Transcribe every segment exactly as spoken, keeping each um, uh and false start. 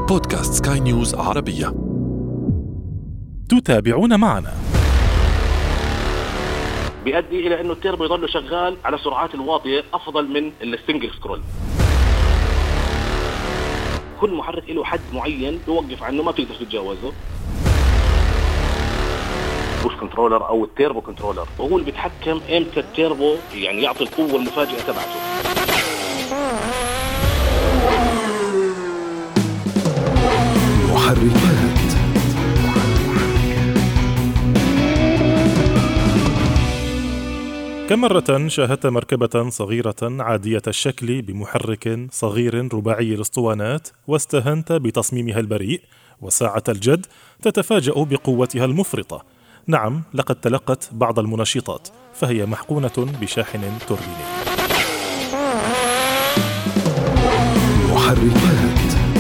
بودكاست سكاي نيوز عربية. تتابعون معنا. بيؤدي إلى أنه التيربو يظل شغال على سرعات الواطية أفضل من السنجل سكرول. كل محرك له حد معين يوقف عنه ما تقدر تتجاوزه. بوش كنترولر أو التيربو كنترولر وهو اللي بيتحكم إمتى التيربو يعني يعطي القوة المفاجئة تبعته. محركات. كم مرة شاهدت مركبة صغيرة عادية الشكل بمحرك صغير رباعي الاسطوانات واستهنت بتصميمها البريء، وساعة الجد تتفاجأ بقوتها المفرطة؟ نعم، لقد تلقت بعض المنشطات، فهي محقونة بشاحن توربيني. محركات.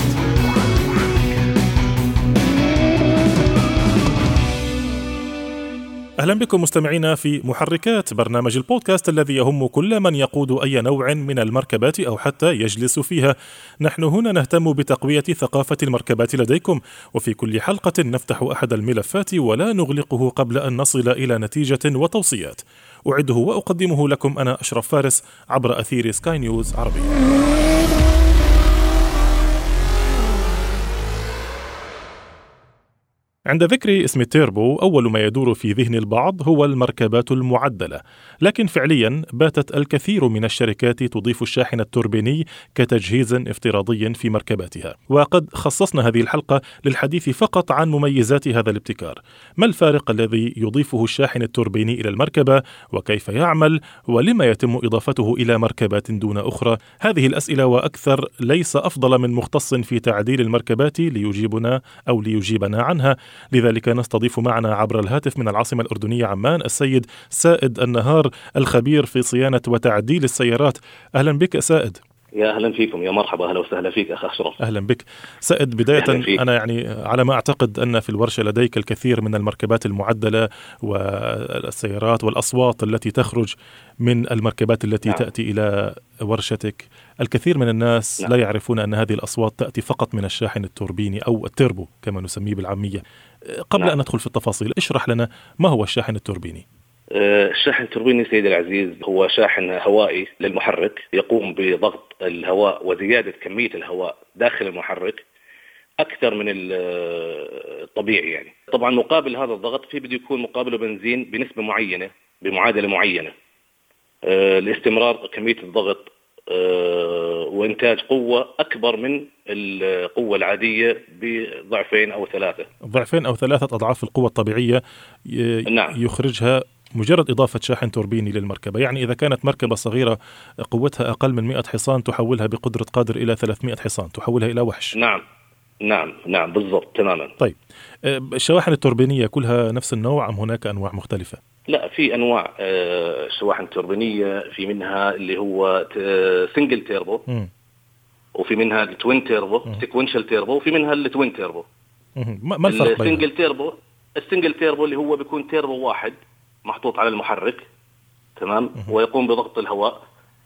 أهلا بكم مستمعينا في محركات، برنامج البودكاست الذي يهم كل من يقود أي نوع من المركبات أو حتى يجلس فيها. نحن هنا نهتم بتقوية ثقافة المركبات لديكم، وفي كل حلقة نفتح أحد الملفات ولا نغلقه قبل أن نصل إلى نتيجة وتوصيات. أعده وأقدمه لكم أنا أشرف فارس عبر أثير سكاي نيوز عربية. عند ذكر اسم التيربو أول ما يدور في ذهن البعض هو المركبات المعدلة، لكن فعليا باتت الكثير من الشركات تضيف الشاحن التوربيني كتجهيز افتراضي في مركباتها، وقد خصصنا هذه الحلقة للحديث فقط عن مميزات هذا الابتكار. ما الفارق الذي يضيفه الشاحن التوربيني إلى المركبة، وكيف يعمل، ولما يتم إضافته إلى مركبات دون أخرى؟ هذه الأسئلة وأكثر ليس أفضل من مختص في تعديل المركبات ليجيبنا أو ليجيبنا عنها. لذلك نستضيف معنا عبر الهاتف من العاصمة الأردنية عمان السيد سائد النهار، الخبير في صيانة وتعديل السيارات. أهلا بك سائد. يا أهلا فيكم، يا مرحبا، أهلا وسهلا فيك أخ أشرف. أهلا بك سائد. بداية أنا يعني على ما أعتقد أن في الورشة لديك الكثير من المركبات المعدلة والسيارات والأصوات التي تخرج من المركبات التي نعم. تأتي إلى ورشتك. الكثير من الناس نعم. لا يعرفون أن هذه الأصوات تأتي فقط من الشاحن التوربيني أو التيربو كما نسميه بالعامية. قبل نعم. أن ندخل في التفاصيل، اشرح لنا ما هو الشاحن التوربيني. الشاحن التوربيني سيدي العزيز هو شاحن هوائي للمحرك يقوم بضغط الهواء وزيادة كمية الهواء داخل المحرك أكثر من الطبيعي. يعني طبعا مقابل هذا الضغط في بده يكون مقابله بنزين بنسبة معينة بمعادلة معينة لاستمرار كمية الضغط وإنتاج قوة أكبر من القوة العادية بضعفين أو ثلاثة ضعفين أو ثلاثة أضعاف القوة الطبيعية نعم. يخرجها مجرد إضافة شاحن توربيني للمركبة. يعني إذا كانت مركبة صغيرة قوتها أقل من مئة حصان تحولها بقدرة قادر إلى ثلاثمئة حصان، تحولها إلى وحش. نعم نعم نعم بالضبط تماما. طيب الشواحن التوربينية كلها نفس النوع أم هناك أنواع مختلفة؟ لا، في أنواع شواحن توربينية، في منها اللي هو سنجل تيربو م. وفي منها التوين تيربو سيكونشال تيربو وفي منها التوين تيربو. ما الفرق بينهم؟ السنجل تيربو السنجل تيربو اللي هو بيكون تيربو واحد محطوط على المحرك تمام م. ويقوم بضغط الهواء.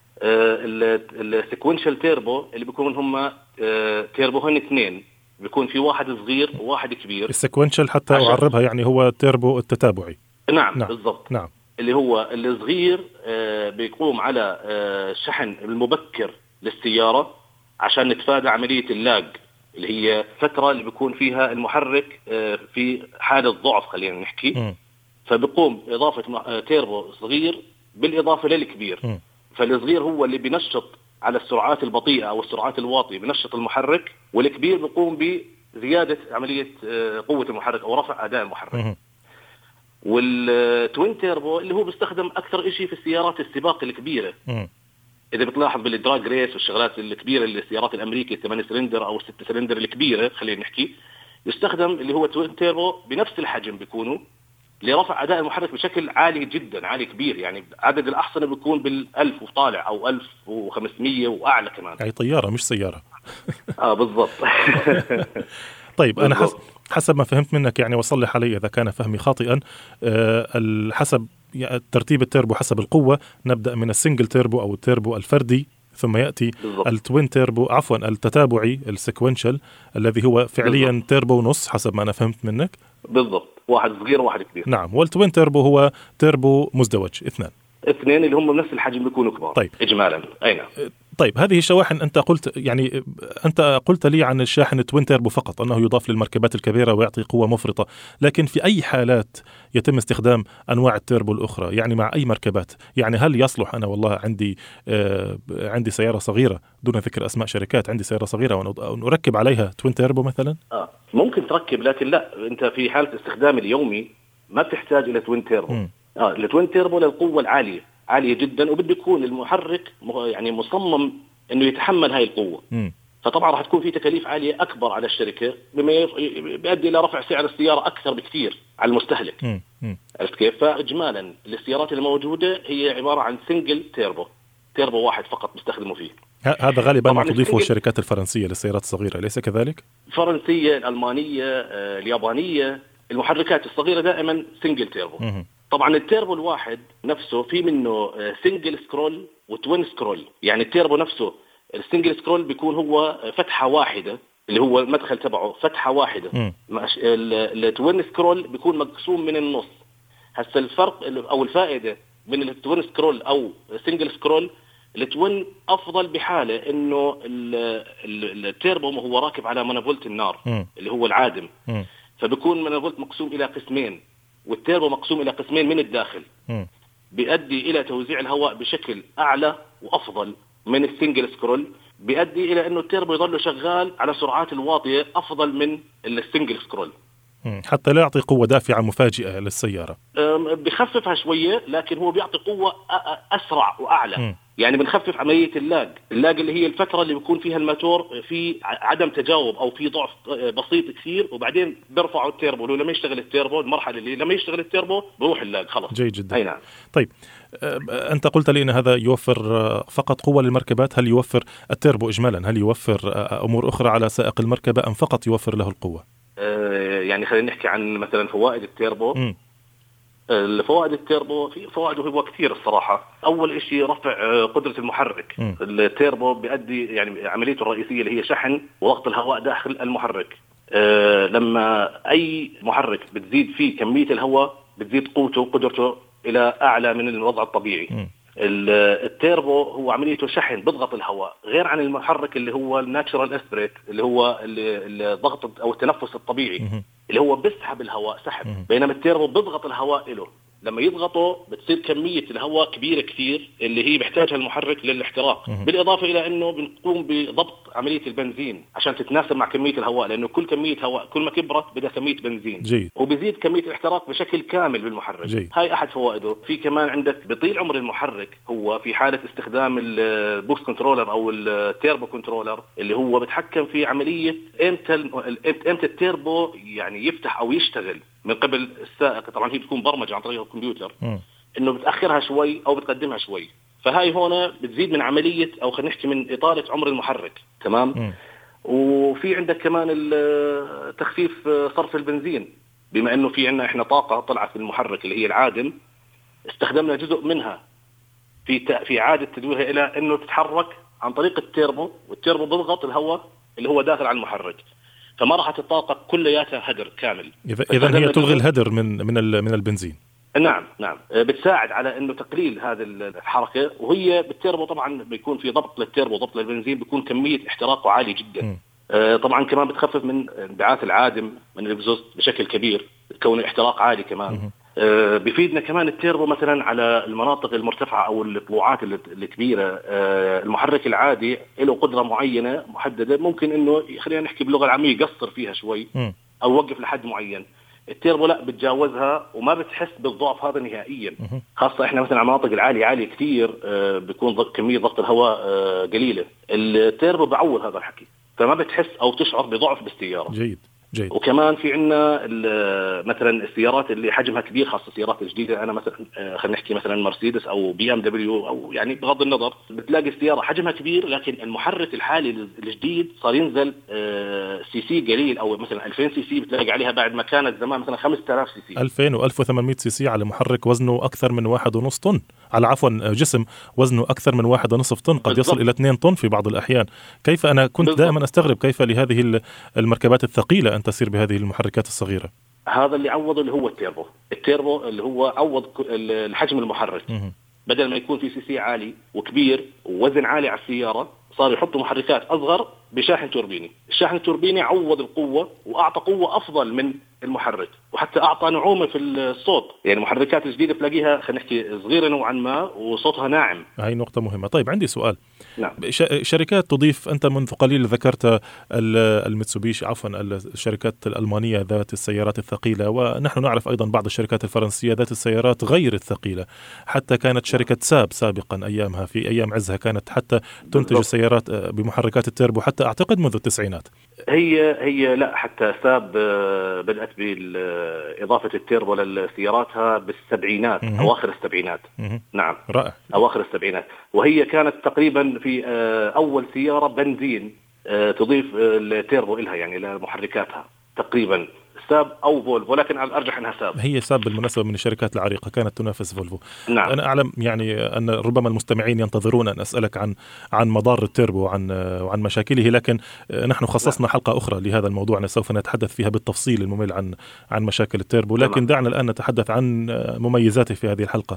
السيكونشال تيربو اللي بيكون هم تيربوهن اثنين، بيكون في واحد صغير وواحد كبير. السيكونشال حتى عشان. أعربها يعني هو التيربو التتابعي. نعم, نعم. بالضبط نعم. اللي هو الصغير بيقوم على الشحن المبكر للسيارة عشان نتفادى عملية اللاج اللي هي فترة اللي بيكون فيها المحرك في حالة ضعف خلينا نحكي م. فبيقوم إضافة تيربو صغير بالإضافة للكبير م. فالصغير هو اللي بينشط على السرعات البطيئة أو السرعات الواطية بنشط المحرك، والكبير بيقوم بزيادة عملية قوة المحرك أو رفع أداء المحرك م. والتوين تيربو اللي هو بيستخدم أكثر إشي في السيارات السباق الكبيرة م. إذا بتلاحظ بالدراج ريس والشغلات الكبيرة اللي السيارات الأمريكية الثمانية سلندر أو الستة سلندر الكبيرة خلينا نحكي يستخدم اللي هو توين تيربو بنفس الحجم بيكونوا لرفع أداء المحرك بشكل عالي جدا، عالي كبير. يعني عدد الأحصنة بيكون بالألف وطالع أو ألف وخمسمية وأعلى كمان. يعني طيارة مش سيارة. آه بالضبط. طيب بالضبط. أنا حسب ما فهمت منك يعني وصلح علي إذا كان فهمي خاطئا، أه حسب ترتيب التيربو حسب القوة، نبدأ من السنجل تيربو أو التيربو الفردي ثم يأتي بالضبط. التوين تيربو عفوا التتابعي السيكونشال الذي هو فعليا بالضبط. تيربو نص حسب ما أنا فهمت منك. بالضبط، واحد صغير وواحد كبير. نعم، والتوين تيربو هو تيربو مزدوج اثنان اثنين اللي هم بنفس الحجم بيكونوا كبار. طيب. إجمالا أي نعم. طيب هذه الشواحن أنت قلت يعني أنت قلت لي عن الشاحن التوين تيربو فقط أنه يضاف للمركبات الكبيرة ويعطي قوة مفرطة، لكن في أي حالات يتم استخدام أنواع التيربو الأخرى؟ يعني مع أي مركبات؟ يعني هل يصلح أنا والله عندي آه عندي سيارة صغيرة دون ذكر أسماء شركات، عندي سيارة صغيرة ونركب عليها توين تيربو مثلا؟ آه ممكن تركب، لكن لا، أنت في حالة استخدام اليومي ما بتحتاج إلى توين تيربو. م. آه التوين تيربو للقوة العالية عالية جدا، وبده يكون المحرك يعني مصمم انه يتحمل هاي القوة. م. فطبعا راح تكون في تكاليف عالية اكبر على الشركة، بما يؤدي الى رفع سعر السيارة اكثر بكثير على المستهلك. م. م. عرفت كيف؟ فاجمالا السيارات الموجودة هي عبارة عن سنجل تيربو، تيربو واحد فقط بيستخدموا فيه. هذا غالبا ما تضيفه الشركات الفرنسية للسيارات الصغيرة، أليس كذلك؟ الفرنسية، الألمانية، اليابانية، المحركات الصغيرة دائما سنجل تيربو. م. طبعا التيربو الواحد نفسه في منه سنجل سكرول وتوين سكرول. يعني التيربو نفسه السنجل سكرول بيكون هو فتحة واحدة اللي هو المدخل تبعه فتحة واحدة. التوين سكرول بيكون مقسوم من النص. هسه الفرق او الفائدة من التوين سكرول او سنجل سكرول، التوين افضل بحالة انه التيربو هو راكب على منافولت النار م. اللي هو العادم، م. فبيكون منافولت مقسوم الى قسمين، والتيربو مقسوم إلى قسمين من الداخل. م. بيؤدي إلى توزيع الهواء بشكل أعلى وأفضل من السنجل سكرول، بيؤدي إلى أنه التيربو يظل شغال على سرعات الواطية أفضل من السنجل سكرول، م. حتى لا يعطي قوة دافعة مفاجئة للسيارة. بخففها شوية، لكن هو بيعطي قوة أسرع وأعلى. م. يعني بنخفف عملية اللاج اللاج اللي هي الفترة اللي بيكون فيها الماتور في عدم تجاوب أو في ضعف بسيط كثير، وبعدين بيرفعوا التيربو. لو لما يشتغل التيربو المرحلة اللي لما يشتغل التيربو بروح اللاج خلاص. جيد جدا. أي نعم. طيب أنت قلت لي أن هذا يوفر فقط قوة للمركبات، هل يوفر التيربو إجمالا هل يوفر أمور أخرى على سائق المركبة أم فقط يوفر له القوة؟ آه يعني خلينا نحكي عن مثلا فوائد التيربو. م. الفوائد التيربو في فوائده هو كثير الصراحة. أول شيء رفع قدرة المحرك. م. التيربو بيؤدي يعني عمليته الرئيسية اللي هي شحن وضغط الهواء داخل المحرك. أه لما أي محرك بتزيد فيه كمية الهواء بتزيد قوته وقدرته إلى أعلى من الوضع الطبيعي. م. التيربو هو عمليته شحن بضغط الهواء، غير عن المحرك اللي هو الناتشرال اسبريت اللي هو الضغط أو التنفس الطبيعي م. اللي هو بيسحب الهواء سحب. م. بينما التيربو بضغط الهواء له، لما يضغطه بتصير كمية الهواء كبيرة كثير اللي هي بيحتاجها المحرك للاحتراق. م. بالإضافة إلى أنه بنقوم بضبط عملية البنزين عشان تتناسب مع كمية الهواء، لأنه كل كمية هواء كل ما كبرت بدها كمية بنزين. جيد. وبيزيد كمية الاحتراق بشكل كامل بالمحرك. جيد. هاي أحد فوائده. في كمان عندك بيطيل عمر المحرك هو في حالة استخدام البوكس كنترولر أو التيربو كنترولر اللي هو بتحكم في عملية إمتى إمتى التيربو يعني يفتح أو يشتغل من قبل السائق. طبعا هي بتكون برمجة عن طريق الكمبيوتر م. إنه بتأخرها شوي أو بتقدمها شوي، فهاي هنا بتزيد من عملية أو خلينا نحكي من إطالة عمر المحرك. تمام. م. وفي عندك كمان تخفيف صرف البنزين، بما إنه في عنا إحنا طاقة طلعت في المحرك اللي هي العادم، استخدمنا جزء منها في في إعادة تدويرها إلى إنه تتحرك عن طريق التيربو، والتيربو بضغط الهواء اللي هو داخل على المحرك، فما راحت الطاقة كلياتها هدر كامل. إذا هي تلغي الهدر من من من البنزين. نعم نعم بتساعد على انه تقليل هذه الحركه. وهي بالتيربو طبعا بيكون في ضبط للتيربو ضبط للبنزين، بيكون كميه احتراقه عاليه جدا. م. آه طبعا كمان بتخفف من انبعاث العادم من الاكزوست بشكل كبير، كون الاحتراق عالي كمان. م. آه بيفيدنا كمان التيربو مثلا على المناطق المرتفعه او الطلوعات الكبيره. آه المحرك العادي له قدره معينه محدده، ممكن انه خلينا نحكي باللغه العاميه يقصر فيها شوي م. او يوقف لحد معين. التيربو لا بتجاوزها وما بتحس بالضعف هذا نهائيا. خاصة احنا مثلا على المناطق العالية عالية كثير آه بيكون كمية ضغط الهواء آه قليلة. التيربو بعوض هذا الحكي، فما بتحس او تشعر بضعف بالسيارة. جيد جيد. وكمان في عنا مثلا السيارات اللي حجمها كبير، خاصة السيارات الجديدة، انا مثلا آه خلينا نحكي مثلا مرسيدس او بي ام دبليو او يعني بغض النظر، بتلاقي السيارة حجمها كبير لكن المحرك الحالي الجديد صار ينزل آه سي سي قليل، او مثلا ألفين سي سي بتلاقي عليها بعد ما كانت زمان مثلا خمسة آلاف سي سي. ألفين وألف وثمانمائة سي سي على محرك وزنه اكثر من واحد ونص طن، على عفوا جسم وزنه اكثر من واحد ونصف طن، قد يصل الى اثنين طن في بعض الاحيان. كيف انا كنت بالضبط. دائما استغرب كيف لهذه المركبات الثقيله ان تسير بهذه المحركات الصغيره. هذا اللي عوض اللي هو التيربو التيربو اللي هو عوض الحجم المحرك. م- بدل ما يكون في سي سي عالي وكبير ووزن عالي على السيارة، صار يحطوا محركات أصغر بشاحن توربيني. الشاحن التوربيني عوض القوة وأعطى قوة أفضل من المحرك، وحتى أعطى نعومة في الصوت. يعني المحركات الجديدة تلاقيها خلينا نحكي صغيرة نوعا ما وصوتها ناعم. هاي نقطة مهمة. طيب عندي سؤال. نعم. شركات تضيف، أنت منذ قليل ذكرت الميتسوبيشي عفوا الشركات الألمانية ذات السيارات الثقيلة، ونحن نعرف أيضا بعض الشركات الفرنسية ذات السيارات غير الثقيلة. حتى كانت شركة ساب سابقا أيامها في أيام عزها كانت حتى تنتج السيارات بمحركات التيربو حتى أعتقد منذ التسعينات. هي هي لا حتى ساب بدأت بإضافة التيربو للسياراتها بالسبعينات، م- أواخر السبعينات. م- نعم رائع. أواخر السبعينات. وهي كانت تقريبا في أول سيارة بنزين تضيف التيربو إلها، يعني لمحركاتها تقريبا ساب أو فولفو، لكن على الأرجح أنها ساب. هي ساب بالمناسبة من الشركات العريقة، كانت تنافس فولفو. نعم. أنا أعلم يعني أن ربما المستمعين ينتظرون أن أسألك عن عن مضار التيربو وعن وعن مشاكله، لكن نحن خصصنا نعم. حلقة أخرى لهذا الموضوع سوف نتحدث فيها بالتفصيل الممل عن عن مشاكل التيربو، لكن نعم. دعنا الآن نتحدث عن مميزاته في هذه الحلقة.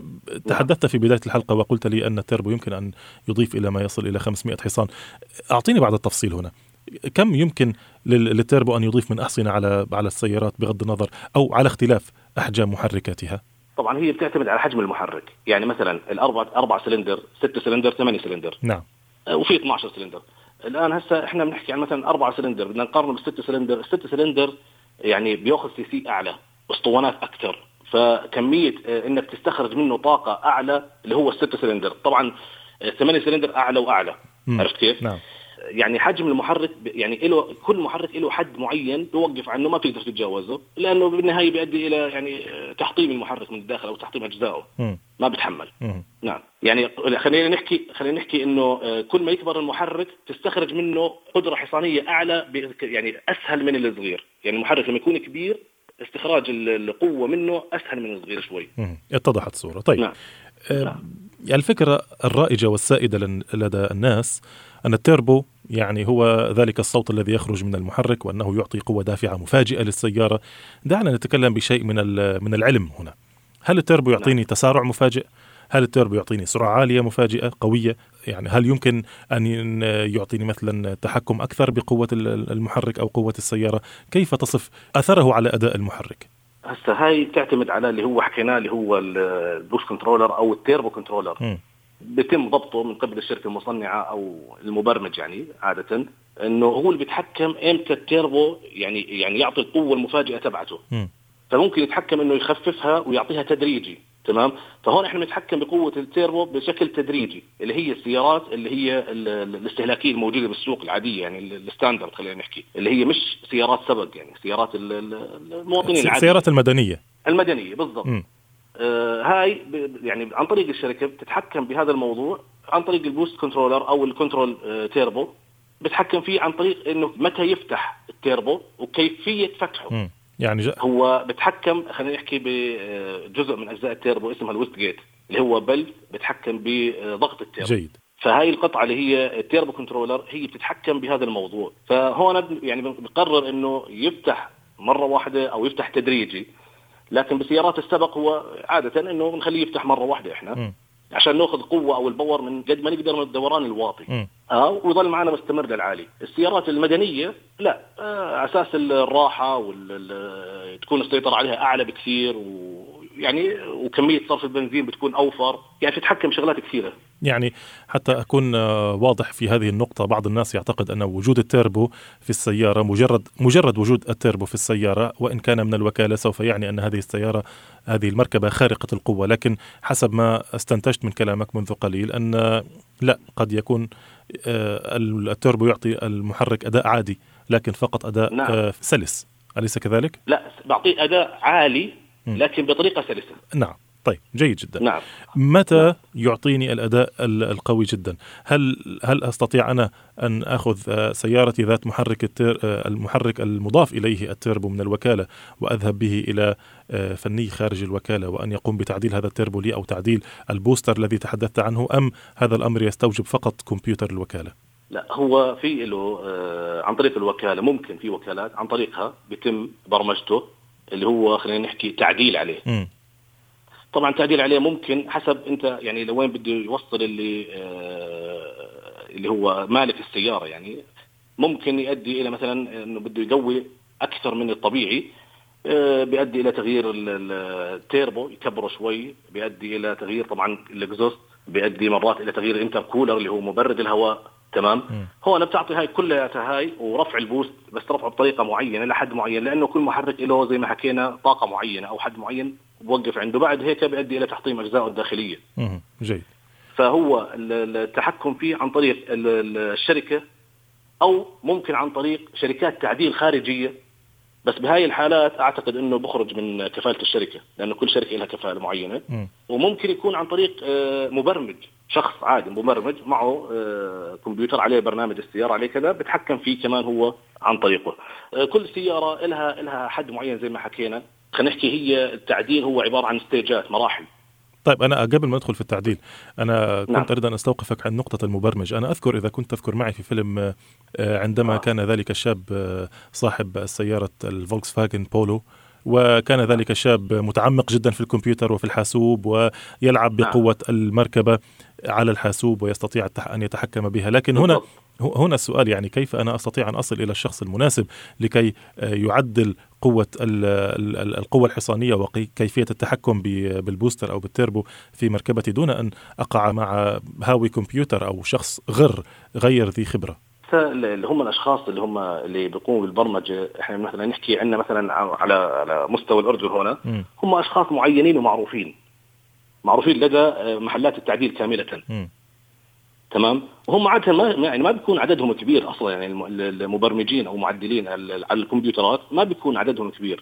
تحدثت في بداية الحلقة وقلت لي أن التيربو يمكن أن يضيف إلى ما يصل إلى خمسمائة حصان. أعطيني بعض التفصيل هنا. كم يمكن للتيربو أن يضيف من أحصنة على على السيارات بغض النظر أو على اختلاف أحجام محركاتها؟ طبعا هي بتعتمد على حجم المحرك. يعني مثلا الأربع أربع سلندر، ستة سلندر، ثمانية سلندر. نعم. وفي اثنا عشر سلندر. الآن هسه إحنا بنحكي عن مثلا أربع سلندر، بدنا نقارنه بالستة سلندر. الستة سلندر يعني بيأخذ سي سي أعلى، اسطوانات أكثر، فكمية إنك تستخرج منه طاقة أعلى اللي هو الستة سلندر. طبعا ثمانية سلندر أعلى وأعلى. عرفت كيف؟ نعم. يعني حجم المحرك يعني له كل محرك له حد معين توقف عنه، ما تقدر تتجاوزه، لأنه بالنهاية بيؤدي إلى يعني تحطيم المحرك من الداخل أو تحطيم أجزائه. م. ما بتحمل. م. نعم. يعني خلينا نحكي خلينا نحكي إنه كل ما يكبر المحرك تستخرج منه قدرة حصانية أعلى، يعني أسهل من الصغير. يعني المحرك لما يكون كبير استخراج القوة منه أسهل من الصغير شوي. م. اتضحت الصورة. طيب. نعم. أه نعم. الفكرة الرائجة والسائدة لدى الناس أن التيربو يعني هو ذلك الصوت الذي يخرج من المحرك وأنه يعطي قوة دافعة مفاجئة للسيارة. دعنا نتكلم بشيء من من العلم هنا. هل التيربو يعطيني تسارع مفاجئ؟ هل التيربو يعطيني سرعة عالية مفاجئة قوية؟ يعني هل يمكن أن يعطيني مثلا تحكم أكثر بقوة المحرك أو قوة السيارة؟ كيف تصف أثره على أداء المحرك؟ هسه هاي تعتمد على اللي هو حكيناه اللي هو البوش كنترولر أو التيربو كنترولر. م. بيتم ضبطه من قبل الشركة المصنعة أو المبرمج، يعني عادة إنه هو اللي بيتحكم إمتى التيربو يعني يعني يعطي القوة المفاجئة تبعته. م. فممكن يتحكم إنه يخففها ويعطيها تدريجي. تمام. فهون إحنا نتحكم بقوة التيربو بشكل تدريجي، اللي هي السيارات اللي هي الاستهلاكية الموجودة بالسوق العادية، يعني الستاندرد خلينا نحكي، اللي هي مش سيارات سبق، يعني سيارات المواطنين العادية، السيارات المدنية المدنية بالضبط. آه هاي يعني عن طريق الشركة بتتحكم بهذا الموضوع عن طريق البوست كنترولر أو الكنترول آه تيربو. بتحكم فيه عن طريق إنه متى يفتح التيربو وكيفية فتحه. م. يعني ج... هو بتحكم خلينا نحكي بجزء من أجزاء التيربو اسمها الويست جيت، اللي هو بلف بتحكم بضغط التيربو. جيد. فهاي القطعة اللي هي التيربو كنترولر هي بتتحكم بهذا الموضوع. فهون يعني بقرر إنه يفتح مرة واحدة أو يفتح تدريجي. لكن بسيارات السبق هو عادة إنه بنخليه يفتح مرة واحدة إحنا م. عشان نأخذ قوة أو الباور من قد ما نقدر من الدوران الواطي آه ويظل معنا مستمر للعالي. السيارات المدنية لا، آه أساس الراحة وتكون السيطرة عليها أعلى بكثير، ويعني وكمية صرف البنزين بتكون أوفر، يعني تتحكم شغلات كثيرة. يعني حتى أكون واضح في هذه النقطة، بعض الناس يعتقد أن وجود التيربو في السيارة مجرد مجرد وجود التيربو في السيارة وإن كان من الوكالة سوف يعني أن هذه السيارة هذه المركبة خارقة القوة، لكن حسب ما استنتجت من كلامك منذ قليل أن لا، قد يكون التيربو يعطي المحرك أداء عادي لكن فقط أداء نعم. سلس، أليس كذلك؟ لا، بعطيه أداء عالي لكن بطريقة سلسة. نعم. طيب جيد جدا. نعم. متى نعم. يعطيني الأداء القوي جدا؟ هل هل أستطيع أنا أن أخذ سيارتي ذات محرك التير المحرك المضاف إليه التيربو من الوكالة وأذهب به إلى فني خارج الوكالة وأن يقوم بتعديل هذا التيربو لي أو تعديل البوستر الذي تحدثت عنه، أم هذا الأمر يستوجب فقط كمبيوتر الوكالة؟ لا، هو في له آه عن طريق الوكالة، ممكن في وكالات عن طريقها بيتم برمجته اللي هو خلينا نحكي تعديل عليه. م. طبعا تعديل عليه ممكن حسب انت يعني لوين بده يوصل اللي آه اللي هو مالك السيارة، يعني ممكن يؤدي الى مثلا انه بده يقوي اكثر من الطبيعي، آه بيؤدي الى تغيير التيربو يكبره شوي، بيؤدي الى تغيير طبعا الاكزوست، بيؤدي مرات الى تغيير الانتركولر اللي هو مبرد الهواء. تمام. هو أنا بتعطي هاي كلها هاي ورفع البوست، بس رفعه بطريقة معينة لحد معين، لأنه كل محرك له زي ما حكينا طاقة معينة أو حد معين بوقف عنده، بعد هيك بيؤدي إلى تحطيم أجزائه الداخلية. جيد. فهو التحكم فيه عن طريق الشركة أو ممكن عن طريق شركات تعديل خارجية، بس بهاي الحالات أعتقد أنه بخرج من كفالة الشركة، لأنه كل شركة لها كفالة معينة. م. وممكن يكون عن طريق مبرمج، شخص عادي مبرمج معه كمبيوتر عليه برنامج السيارة عليه كذا بتحكم فيه كمان هو عن طريقه. كل سيارة لها لها حد معين زي ما حكينا. خلينا نحكي هي التعديل هو عبارة عن ستيجات، مراحل. طيب أنا قبل ما أدخل في التعديل أنا كنت نعم. أريد أن أستوقفك عن نقطة المبرمج. أنا أذكر إذا كنت تذكر معي في فيلم عندما آه. كان ذلك الشاب صاحب السيارة الفولكس فاجن بولو، وكان ذلك الشاب متعمق جدا في الكمبيوتر وفي الحاسوب ويلعب بقوة المركبة على الحاسوب ويستطيع أن يتحكم بها. لكن هنا هنا السؤال، يعني كيف أنا أستطيع أن أصل إلى الشخص المناسب لكي يعدل قوة القوة الحصانية وكيفية التحكم بالبوستر أو بالتيربو في مركبتي دون أن أقع مع هاوي كمبيوتر أو شخص غر غير ذي خبرة؟ اللي هم الأشخاص اللي هم اللي بيقوموا بالبرمجة، إحنا مثلا نحكي عنا مثلا على على مستوى الأردن هنا، م. هم أشخاص معينين ومعروفين معروفين لدى محلات التعديل كاملة. م. تمام. وهم عادة ما يعني ما بيكون عددهم كبير أصلا، يعني المبرمجين أو معدلين على الكمبيوترات ما بيكون عددهم كبير.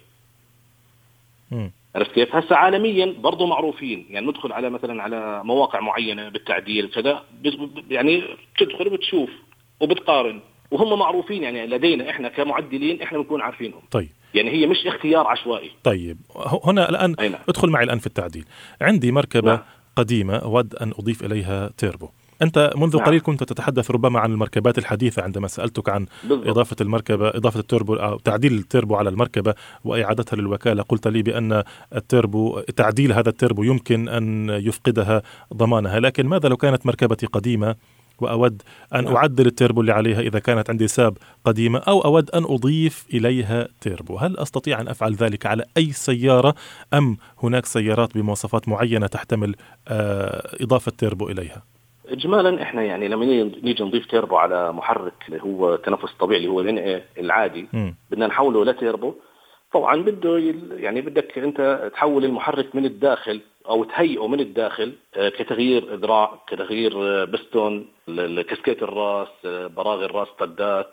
م. عرفت كيف؟ هسه عالميا برضو معروفين، يعني ندخل على مثلا على مواقع معينة بالتعديل كذا، يعني تدخل وبتشوف وبتقارن وهم معروفين، يعني لدينا احنا كمعدلين احنا بنكون عارفينهم. طيب يعني هي مش اختيار عشوائي. طيب هنا الآن أينا. ادخل معي الآن في التعديل. عندي مركبة نعم. قديمة أود أن أضيف إليها تيربو. أنت منذ نعم. قليل كنت تتحدث ربما عن المركبات الحديثة عندما سألتك عن بالضبط. إضافة المركبة إضافة التيربو أو تعديل التيربو على المركبة وإعادتها للوكالة. قلت لي بأن التيربو تعديل هذا التيربو يمكن أن يفقدها ضمانها، لكن ماذا لو كانت مركبتي قديمة وأود أن نعم. أعدل التيربو اللي عليها إذا كانت عندي ساب قديمة، أو أود أن أضيف إليها تيربو؟ هل أستطيع أن أفعل ذلك على أي سيارة، أم هناك سيارات بمواصفات معينة تحتمل آه إضافة تيربو إليها؟ إجمالا إحنا يعني لما نيجي نضيف تيربو على محرك اللي هو تنفس طبيعي اللي هو ال إن إيه العادي، م. بدنا نحوله لتيربو. طبعا بده يعني بدك أنت تحول المحرك من الداخل أو تهيئه من الداخل، كتغيير إذراع، كتغيير بستون، كسكيت الراس، براغي الراس، قدات،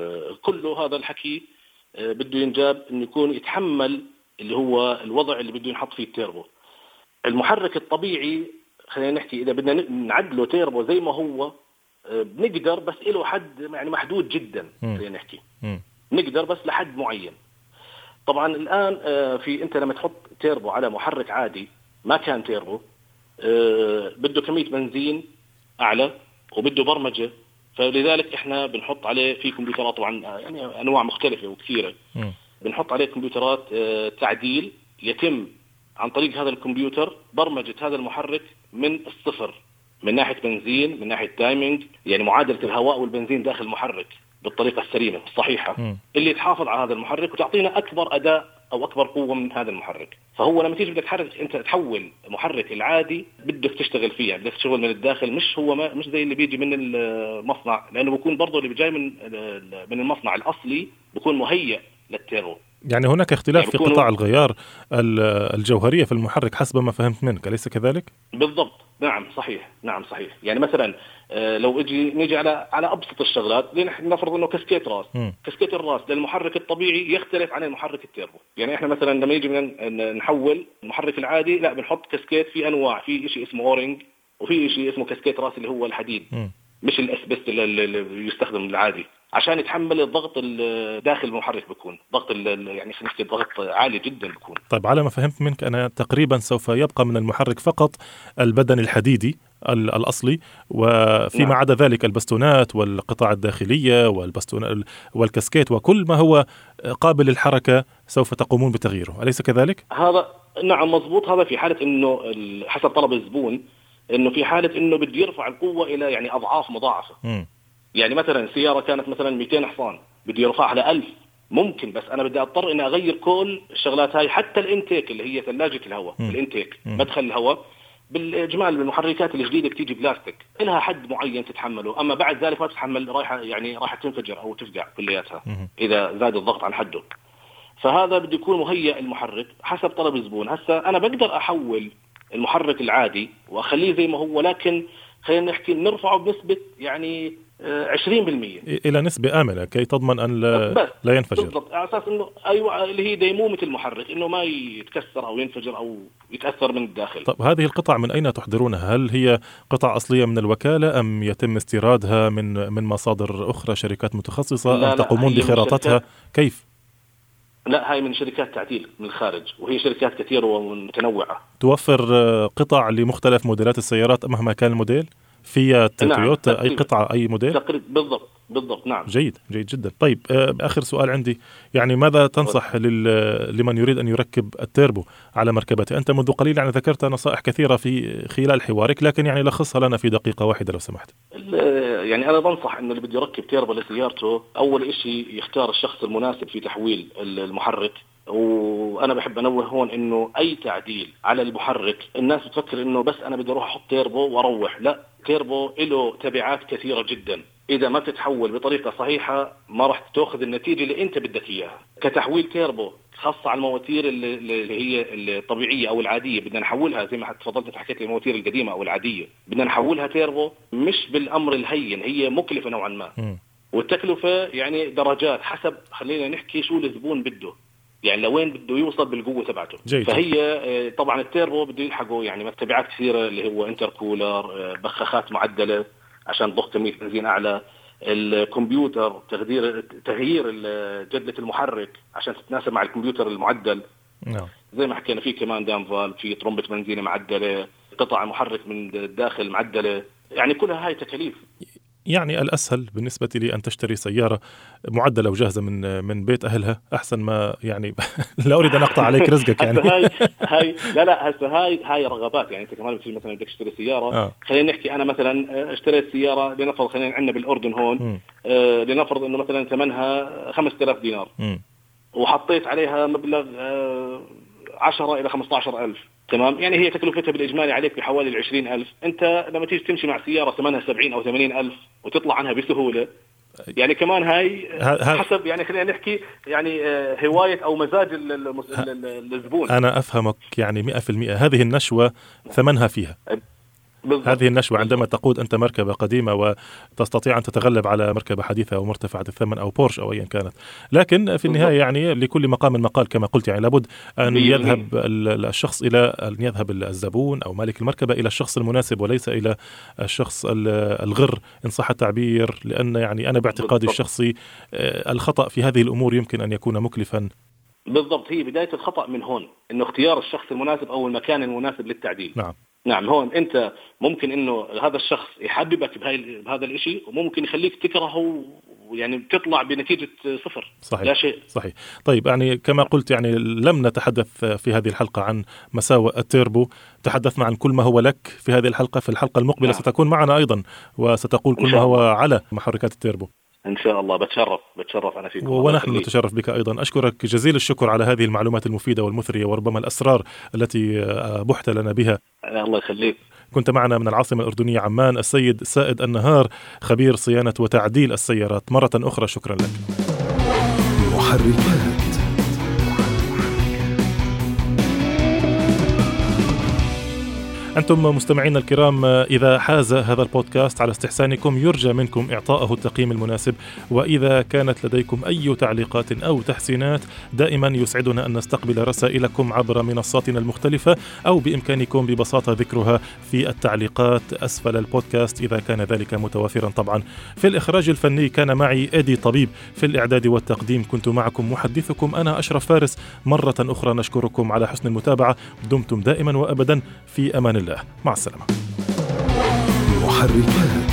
كله هذا الحكي بده ينجاب إنه يكون يتحمل اللي هو الوضع اللي بده ينحط فيه التيربو. المحرك الطبيعي خلينا نحكي إذا بدنا نعدله تيربو زي ما هو بنقدر، بس له حد يعني محدود جدا. خلينا نحكي نقدر بس لحد معين. طبعا الآن في أنت لما تحط تيربو على محرك عادي ما كان تيربو، أه بده كمية بنزين أعلى وبده برمجة، فلذلك إحنا بنحط عليه في كمبيوترات طبعا يعني أنواع مختلفة وكثيرة، م. بنحط عليه كمبيوترات أه تعديل يتم عن طريق هذا الكمبيوتر برمجة هذا المحرك من الصفر، من ناحية بنزين، من ناحية تايمينج، يعني معادلة الهواء والبنزين داخل المحرك بالطريقة السليمة الصحيحة، م. اللي تحافظ على هذا المحرك وتعطينا أكبر أداء أو أكبر قوة من هذا المحرك. فهو لما تيجي بدك تحرك أنت تحول محرك العادي بدك تشتغل فيه، بدك تشتغل من الداخل، مش هو ما مش زي اللي بيجي من المصنع، لأنه بيكون برضه اللي بيجاي من من المصنع الأصلي بيكون مهيئ للتيربو، يعني هناك اختلاف يعني في قطاع الغيار الجوهرية في المحرك حسب ما فهمت منك، أليس كذلك؟ بالضبط، نعم صحيح، نعم صحيح. يعني مثلا لو اجي نيجي على على ابسط الشغلات، نفرض انه كاسكيت راس م. كاسكيت الراس للمحرك الطبيعي يختلف عن المحرك التيربو. يعني احنا مثلا لما يجي نحول المحرك العادي، لا بنحط كاسكيت في انواع، في شيء اسمه اورنج وفي شيء اسمه كاسكيت راس اللي هو الحديد م. مش الاسبست اللي يستخدم العادي، عشان يتحمل الضغط داخل المحرك. بيكون ضغط يعني نحكي ضغط عالي جدا بيكون. طيب على ما فهمت منك أنا تقريبا سوف يبقى من المحرك فقط البدن الحديدي الأصلي، وفيما نعم. عدا ذلك البستونات والقطع الداخلية والبستون والكاسكيت وكل ما هو قابل للحركة سوف تقومون بتغييره، أليس كذلك؟ هذا نعم مضبوط. هذا في حالة إنه حسب طلب الزبون، إنه في حالة إنه بده يرفع القوة إلى يعني أضعاف مضاعفة. م. يعني مثلا سيارة كانت مثلا مئتين حصان بده يرفعها لألف ممكن، بس أنا بدي أضطر إني أغير كل الشغلات هاي، حتى الانتيك اللي هي ثلاجة الهواء، الانتيك مدخل الهواء بالإجمال بالمحركات الجديدة بتيجي بلاستيك إلها حد معين تتحمله، أما بعد ذلك ما تتحمل، رايحة يعني راح تنفجر أو تفقع كلياتها إذا زاد الضغط عن حده. فهذا بده يكون مهيئ المحرك حسب طلب الزبون. هسا أنا بقدر أحول المحرك العادي وأخليه زي ما هو، لكن خلينا نحكي نرفعه بنسبة يعني عشرين بالمئة إلى نسبة آمنة كي تضمن أن لا, لا ينفجر. بالضبط، على أساس إنه أيوة اللي هي ديمومة المحرك، إنه ما يتكسر أو ينفجر أو يتأثر من الداخل. طب هذه القطع من أين تحضرونها؟ هل هي قطع أصلية من الوكالة أم يتم استيرادها من من مصادر أخرى، شركات متخصصة، لا أم تقومون بخراطتها؟ كيف؟ لا، هاي من شركات تعديل من الخارج، وهي شركات كثيرة ومتنوعة توفر قطع لمختلف موديلات السيارات مهما كان الموديل، فيات، نعم. تويوتا، أي قطعة أي موديل؟ بالضبط بالضبط نعم. جيد جيد جدا. طيب آخر سؤال عندي، يعني ماذا تنصح لمن يريد أن يركب التيربو على مركبته؟ أنت منذ قليل يعني ذكرت نصائح كثيرة في خلال حوارك، لكن يعني لخصها لنا في دقيقة واحدة لو سمحت. يعني أنا بنصح إنه اللي بده يركب تيربو لسيارته أول إشي يختار الشخص المناسب في تحويل المحرك. وأنا بحب أنوه هون إنه أي تعديل على المحرك، الناس بتفكر إنه بس أنا بدي أروح أحط تيربو وأروح، لا، تيربو له تبعات كثيرة جدا. إذا ما تتحول بطريقة صحيحة ما راح تأخذ النتيجة اللي أنت بدك إياها. كتحويل تيربو خاصة على المواتير اللي هي الطبيعية أو العادية، بدنا نحولها زي ما تفضلت حكيت المواتير القديمة أو العادية، بدنا نحولها تيربو مش بالأمر الهين، هي مكلفة نوعا ما. م. والتكلفة يعني درجات حسب، خلينا نحكي شو الزبون بده، يعني لوين بده يوصل بالقوة تبعته. جيد. فهي طبعا التيربو بده يلحقه يعني تبعات كثيرة، اللي هو انتركولر، بخاخات معدلة عشان ضغط كمية بنزين أعلى، الكمبيوتر تغيير تغيير جدلة المحرك عشان تتناسب مع الكمبيوتر المعدل. نعم. زي ما حكينا في كمان دامفال، في طرمبة بنزين معدلة، قطع محرك من الداخل معدلة، يعني كلها هاي تكاليف. يعني الأسهل بالنسبة لي أن تشتري سيارة معدلة وجاهزة من من بيت أهلها أحسن ما يعني لا أريد أن أقطع عليك رزقك يعني. هاي هاي لا لا هسه هاي هاي رغبات. يعني أنت كمان بتصير مثلا بدك تشتري سيارة، آه. خلينا نحكي أنا مثلا اشتريت سيارة لنفرض، خلينا عندنا بالأردن هون آه لنفرض إنه مثلا ثمنها خمسة آلاف دينار، م. وحطيت عليها مبلغ آه عشرة إلى خمسة عشر ألف، تمام؟ يعني هي تكلفتها بالإجمالي عليك بحوالي العشرين ألف. أنت لما تيجي تمشي مع سيارة ثمنها سبعين أو ثمانين ألف وتطلع عنها بسهولة، يعني كمان هاي حسب يعني خلينا نحكي يعني هواية أو مزاج الزبون. أنا أفهمك يعني مئة في المئة. هذه النشوة ثمنها فيها. بالضبط. هذه النشوة عندما تقود أنت مركبة قديمة وتستطيع أن تتغلب على مركبة حديثة أو مرتفعة الثمن أو بورش أو أيا كانت، لكن في النهاية يعني لكل مقام مقال كما قلت، يعني لابد أن يذهب الشخص إلى أن يذهب الزبون أو مالك المركبة إلى الشخص المناسب وليس إلى الشخص الغر إن صح التعبير، لأن يعني أنا باعتقادي الشخصي الخطأ في هذه الأمور يمكن أن يكون مكلفا. بالضبط، هي بداية الخطأ من هون، إنه اختيار الشخص المناسب أو المكان المناسب للتعديل. نعم. نعم، هون أنت ممكن إنه هذا الشخص يحببك بهاي بهذا الإشي، وممكن يخليك تكرهه ويعني بتطلع بنتيجة صفر. صحيح. لا شيء. صحيح. طيب يعني كما قلت يعني لم نتحدث في هذه الحلقة عن مساوئ التيربو، تحدثنا عن كل ما هو لك في هذه الحلقة. في الحلقة المقبلة نعم. ستكون معنا أيضا وستقول كل ما هو على محركات التيربو. إن شاء الله. بتشرف بتشرف أنا فيكم، ونحن نتشرف بك أيضا. أشكرك جزيل الشكر على هذه المعلومات المفيدة والمثرية وربما الأسرار التي بحت لنا بها. الله يخليك. كنت معنا من العاصمة الأردنية عمان السيد سائد النهار، خبير صيانة وتعديل السيارات. مرة أخرى شكرا لك. محركات أنتم مستمعينا الكرام، إذا حاز هذا البودكاست على استحسانكم يرجى منكم إعطائه التقييم المناسب، وإذا كانت لديكم أي تعليقات أو تحسينات دائما يسعدنا أن نستقبل رسائلكم عبر منصاتنا المختلفة، أو بإمكانكم ببساطة ذكرها في التعليقات أسفل البودكاست إذا كان ذلك متوافرا. طبعا في الإخراج الفني كان معي إيدي طبيب، في الإعداد والتقديم كنت معكم محدثكم أنا أشرف فارس. مرة أخرى نشكركم على حسن المتابعة، دمتم دائما وأبدا في أمان الله، مع السلامة. محركات